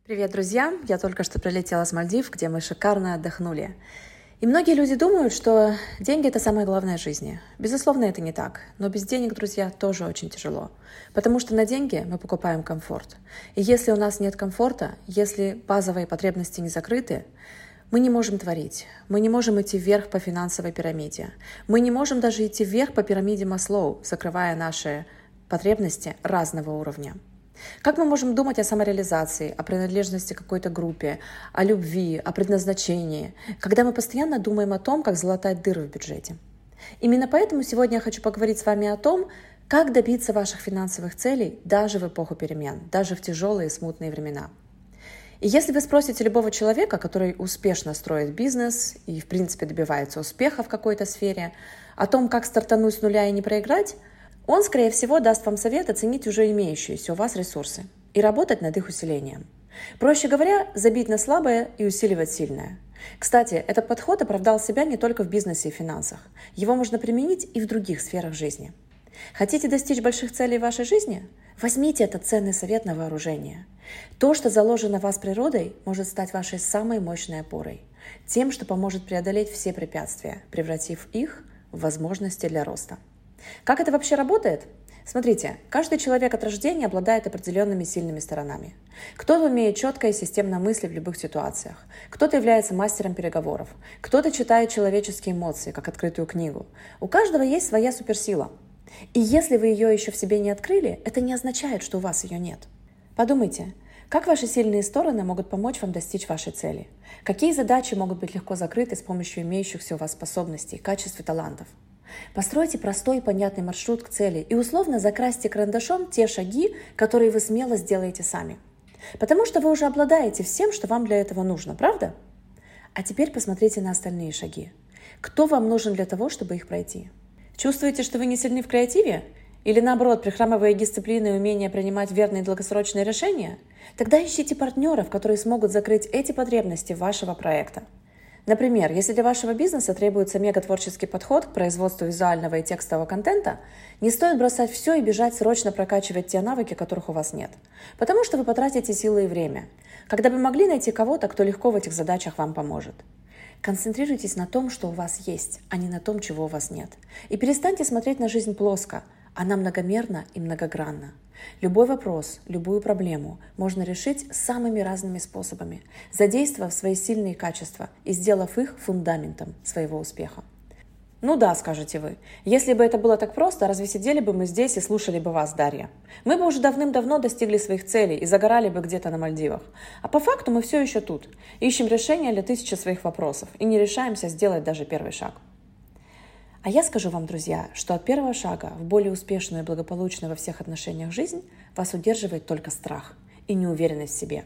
Привет, друзья! Я только что прилетела с Мальдив, где мы шикарно отдохнули. И многие люди думают, что деньги — это самое главное в жизни. Безусловно, это не так. Но без денег, друзья, тоже очень тяжело. Потому что на деньги мы покупаем комфорт. И если у нас нет комфорта, если базовые потребности не закрыты, мы не можем творить. Мы не можем идти вверх по финансовой пирамиде. Мы не можем даже идти вверх по пирамиде Маслоу, закрывая наши потребности разного уровня. Как мы можем думать о самореализации, о принадлежности к какой-то группе, о любви, о предназначении, когда мы постоянно думаем о том, как залатать дыры в бюджете? Именно поэтому сегодня я хочу поговорить с вами о том, как добиться ваших финансовых целей даже в эпоху перемен, даже в тяжелые смутные времена. И если вы спросите любого человека, который успешно строит бизнес и, в принципе, добивается успеха в какой-то сфере, о том, как стартануть с нуля и не проиграть, он, скорее всего, даст вам совет оценить уже имеющиеся у вас ресурсы и работать над их усилением. Проще говоря, забить на слабое и усиливать сильное. Кстати, этот подход оправдал себя не только в бизнесе и финансах. Его можно применить и в других сферах жизни. Хотите достичь больших целей в вашей жизни? Возьмите этот ценный совет на вооружение. То, что заложено в вас природой, может стать вашей самой мощной опорой. Тем, что поможет преодолеть все препятствия, превратив их в возможности для роста. Как это вообще работает? Смотрите, каждый человек от рождения обладает определенными сильными сторонами. Кто-то умеет четко и системно мыслить в любых ситуациях, кто-то является мастером переговоров, кто-то читает человеческие эмоции, как открытую книгу. У каждого есть своя суперсила. И если вы ее еще в себе не открыли, это не означает, что у вас ее нет. Подумайте, как ваши сильные стороны могут помочь вам достичь вашей цели? Какие задачи могут быть легко закрыты с помощью имеющихся у вас способностей, качеств и талантов? Постройте простой и понятный маршрут к цели и условно закрасьте карандашом те шаги, которые вы смело сделаете сами. Потому что вы уже обладаете всем, что вам для этого нужно, правда? А теперь посмотрите на остальные шаги. Кто вам нужен для того, чтобы их пройти? Чувствуете, что вы не сильны в креативе? Или наоборот, прихрамывая дисциплины и умение принимать верные долгосрочные решения? Тогда ищите партнеров, которые смогут закрыть эти потребности вашего проекта. Например, если для вашего бизнеса требуется мегатворческий подход к производству визуального и текстового контента, не стоит бросать все и бежать срочно прокачивать те навыки, которых у вас нет. Потому что вы потратите силы и время, когда бы могли найти кого-то, кто легко в этих задачах вам поможет. Концентрируйтесь на том, что у вас есть, а не на том, чего у вас нет. И перестаньте смотреть на жизнь плоско. Она многомерна и многогранна. Любой вопрос, любую проблему можно решить самыми разными способами, задействовав свои сильные качества и сделав их фундаментом своего успеха. Ну да, скажете вы, если бы это было так просто, разве сидели бы мы здесь и слушали бы вас, Дарья? Мы бы уже давным-давно достигли своих целей и загорали бы где-то на Мальдивах. А по факту мы все еще тут, ищем решения для тысячи своих вопросов и не решаемся сделать даже первый шаг. А я скажу вам, друзья, что от первого шага в более успешную и благополучную во всех отношениях жизнь вас удерживает только страх и неуверенность в себе.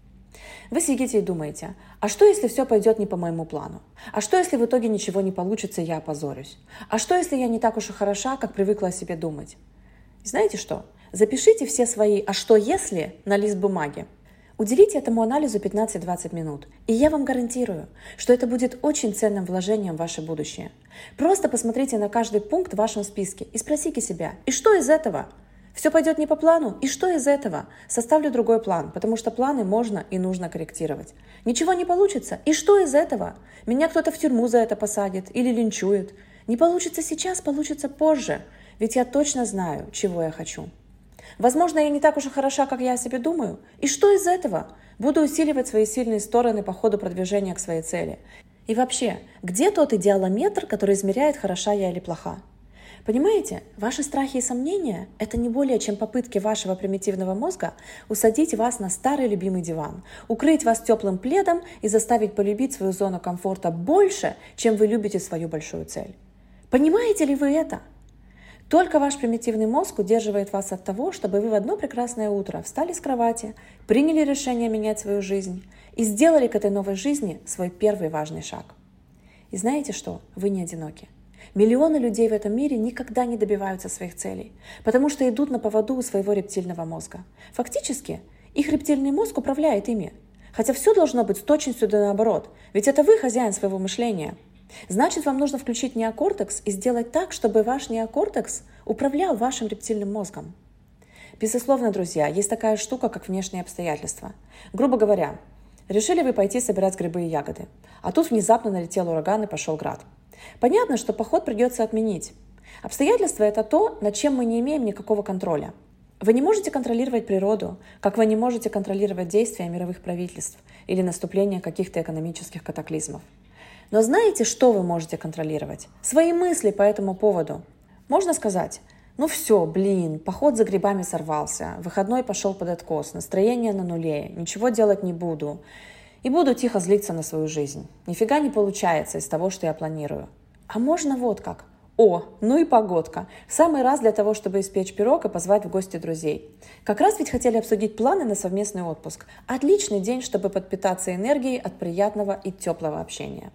Вы сидите и думаете, а что, если все пойдет не по моему плану? А что, если в итоге ничего не получится и я опозорюсь? А что, если я не так уж и хороша, как привыкла о себе думать? И знаете что? Запишите все свои «а что если» на лист бумаги. Уделите этому анализу 15-20 минут, и я вам гарантирую, что это будет очень ценным вложением в ваше будущее. Просто посмотрите на каждый пункт в вашем списке и спросите себя, и что из этого? Все пойдет не по плану? И что из этого? Составлю другой план, потому что планы можно и нужно корректировать. Ничего не получится? И что из этого? Меня кто-то в тюрьму за это посадит или линчует. Не получится сейчас, получится позже, ведь я точно знаю, чего я хочу. Возможно, я не так уж и хороша, как я о себе думаю. И что из этого? Буду усиливать свои сильные стороны по ходу продвижения к своей цели. И вообще, где тот идеалометр, который измеряет, хороша я или плоха? Понимаете, ваши страхи и сомнения – это не более чем попытки вашего примитивного мозга усадить вас на старый любимый диван, укрыть вас теплым пледом и заставить полюбить свою зону комфорта больше, чем вы любите свою большую цель. Понимаете ли вы это? Только ваш примитивный мозг удерживает вас от того, чтобы вы в одно прекрасное утро встали с кровати, приняли решение менять свою жизнь и сделали к этой новой жизни свой первый важный шаг. И знаете что? Вы не одиноки. Миллионы людей в этом мире никогда не добиваются своих целей, потому что идут на поводу у своего рептильного мозга. Фактически, их рептильный мозг управляет ими. Хотя все должно быть с точностью да наоборот, ведь это вы хозяин своего мышления. Значит, вам нужно включить неокортекс и сделать так, чтобы ваш неокортекс управлял вашим рептильным мозгом. Безусловно, друзья, есть такая штука, как внешние обстоятельства. Грубо говоря, решили вы пойти собирать грибы и ягоды, а тут внезапно налетел ураган и пошел град. Понятно, что поход придется отменить. Обстоятельства – это то, над чем мы не имеем никакого контроля. Вы не можете контролировать природу, как вы не можете контролировать действия мировых правительств или наступление каких-то экономических катаклизмов. Но знаете, что вы можете контролировать? Свои мысли по этому поводу. Можно сказать: ну все, поход за грибами сорвался, выходной пошел под откос, настроение на нуле, ничего делать не буду. И буду тихо злиться на свою жизнь. Нифига не получается из того, что я планирую. А можно вот как. Ну и погодка. В самый раз для того, чтобы испечь пирог и позвать в гости друзей. Как раз ведь хотели обсудить планы на совместный отпуск. Отличный день, чтобы подпитаться энергией от приятного и теплого общения.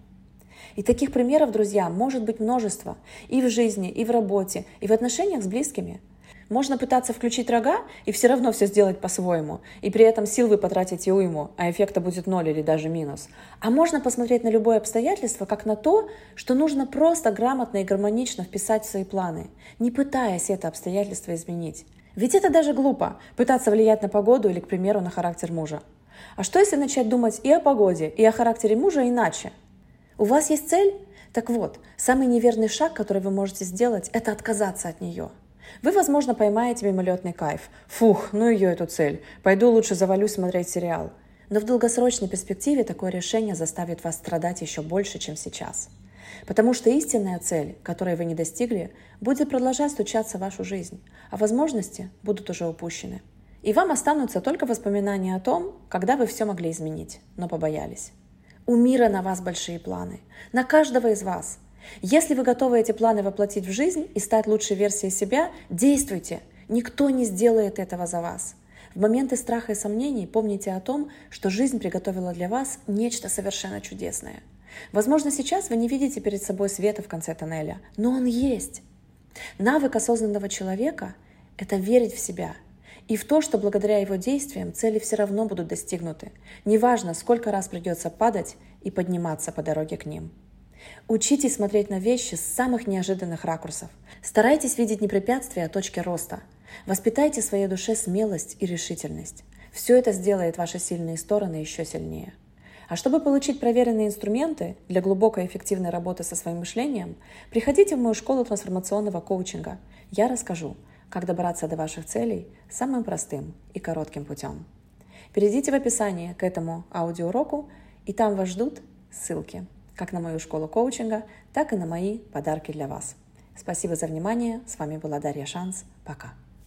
И таких примеров, друзья, может быть множество. И в жизни, и в работе, и в отношениях с близкими. Можно пытаться включить рога и все равно все сделать по-своему. И при этом сил вы потратите уйму, а эффекта будет 0 или даже минус. А можно посмотреть на любое обстоятельство как на то, что нужно просто грамотно и гармонично вписать в свои планы, не пытаясь это обстоятельство изменить. Ведь это даже глупо – пытаться влиять на погоду или, к примеру, на характер мужа. А что если начать думать и о погоде, и о характере мужа иначе? У вас есть цель? Так вот, самый неверный шаг, который вы можете сделать – это отказаться от нее. Вы, возможно, поймаете мимолетный кайф. Фух, ну ее эту цель. Пойду лучше завалюсь смотреть сериал. Но в долгосрочной перспективе такое решение заставит вас страдать еще больше, чем сейчас. Потому что истинная цель, которой вы не достигли, будет продолжать стучаться в вашу жизнь, а возможности будут уже упущены. И вам останутся только воспоминания о том, когда вы все могли изменить, но побоялись. У мира на вас большие планы. На каждого из вас. Если вы готовы эти планы воплотить в жизнь и стать лучшей версией себя, действуйте. Никто не сделает этого за вас. В моменты страха и сомнений помните о том, что жизнь приготовила для вас нечто совершенно чудесное. Возможно, сейчас вы не видите перед собой света в конце тоннеля, но он есть. Навык осознанного человека – это верить в себя и в то, что благодаря его действиям цели все равно будут достигнуты. Неважно, сколько раз придется падать и подниматься по дороге к ним. Учитесь смотреть на вещи с самых неожиданных ракурсов. Старайтесь видеть не препятствия, а точки роста. Воспитайте в своей душе смелость и решительность. Все это сделает ваши сильные стороны еще сильнее. А чтобы получить проверенные инструменты для глубокой и эффективной работы со своим мышлением, приходите в мою школу трансформационного коучинга. Я расскажу, как добраться до ваших целей самым простым и коротким путем. Перейдите в описание к этому аудиоуроку, и там вас ждут ссылки как на мою школу коучинга, так и на мои подарки для вас. Спасибо за внимание. С вами была Дарья Шанс. Пока.